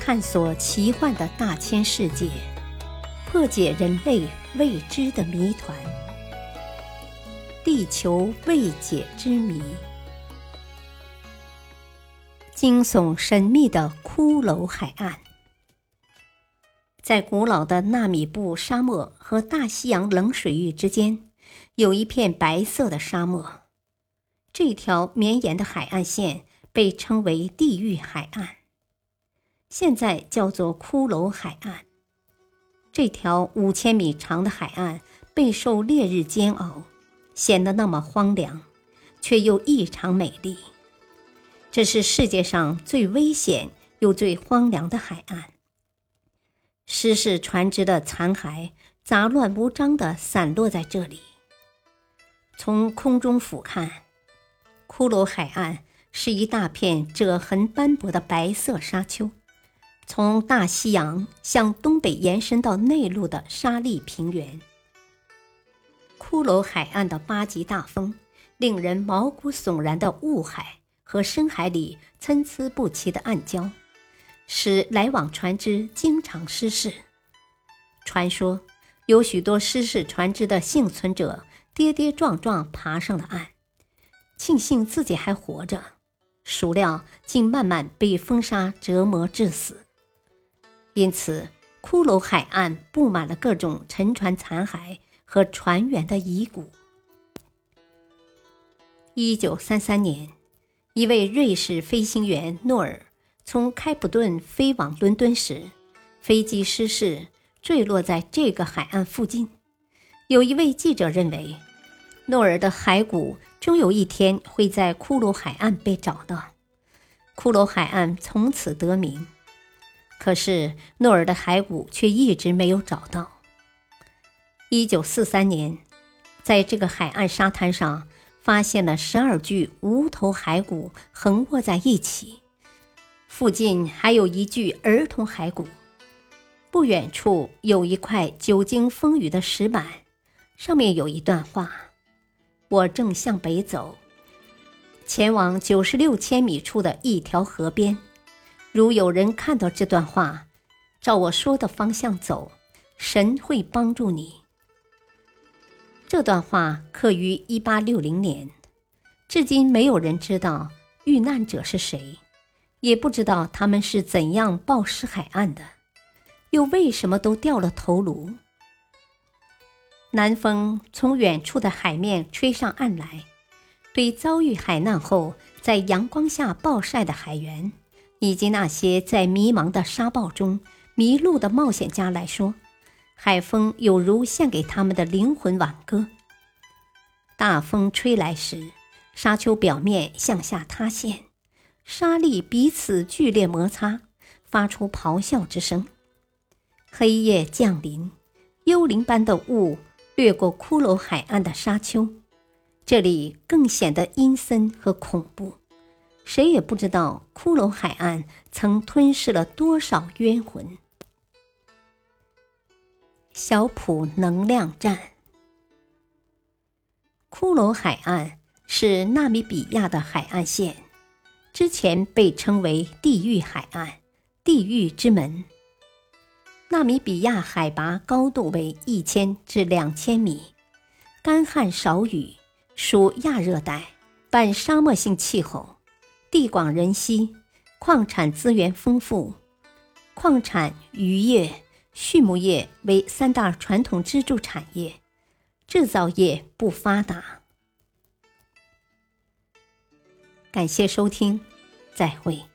探索奇幻的大千世界，破解人类未知的谜团。地球未解之谜，惊悚神秘的骷髅海岸。在古老的纳米布沙漠和大西洋冷水域之间，有一片白色的沙漠。这条绵延的海岸线被称为地狱海岸，现在叫做骷髅海岸。这条5000米长的海岸备受烈日煎熬，显得那么荒凉，却又异常美丽。这是世界上最危险又最荒凉的海岸。失事船只的残骸杂乱无章地散落在这里。从空中俯瞰，骷髅海岸是一大片褶痕斑驳的白色沙丘，从大西洋向东北延伸到内陆的沙砾平原。骷髅海岸的8级大风，令人毛骨悚然的雾海和深海里参差不齐的暗礁，使来往船只经常失事。传说有许多失事船只的幸存者跌跌撞撞爬上了岸，庆幸自己还活着，孰料竟慢慢被风沙折磨致死。因此，骷髅海岸布满了各种沉船残骸和船员的遗骨。1933年，一位瑞士飞行员诺尔从开普敦飞往伦敦时，飞机失事，坠落在这个海岸附近。有一位记者认为，诺尔的骸骨终有一天会在骷髅海岸被找到，骷髅海岸从此得名。可是诺尔的骸骨却一直没有找到。1943年，在这个海岸沙滩上发现了12具无头骸骨横卧在一起，附近还有一具儿童骸骨。不远处有一块久经风雨的石板，上面有一段话：我正向北走，前往96千米处的一条河边。如有人看到这段话，照我说的方向走，神会帮助你。这段话刻于1860年，至今没有人知道遇难者是谁，也不知道他们是怎样暴尸海岸的，又为什么都掉了头颅。南风从远处的海面吹上岸来，对遭遇海难后在阳光下暴晒的海员，以及那些在迷茫的沙暴中迷路的冒险家来说，海风有如献给他们的灵魂挽歌。大风吹来时，沙丘表面向下塌陷，沙砾彼此剧烈摩擦，发出咆哮之声。黑夜降临，幽灵般的雾掠过骷髅海岸的沙丘，这里更显得阴森和恐怖。谁也不知道骷髅海岸曾吞噬了多少冤魂。小普能量站。骷髅海岸是纳米比亚的海岸线，之前被称为地狱海岸、地狱之门。纳米比亚海拔高度为1000至2000米，干旱少雨，属亚热带半沙漠性气候，地广人稀，矿产资源丰富，矿产、渔业、畜牧业为3大传统支柱产业，制造业不发达。感谢收听，再会。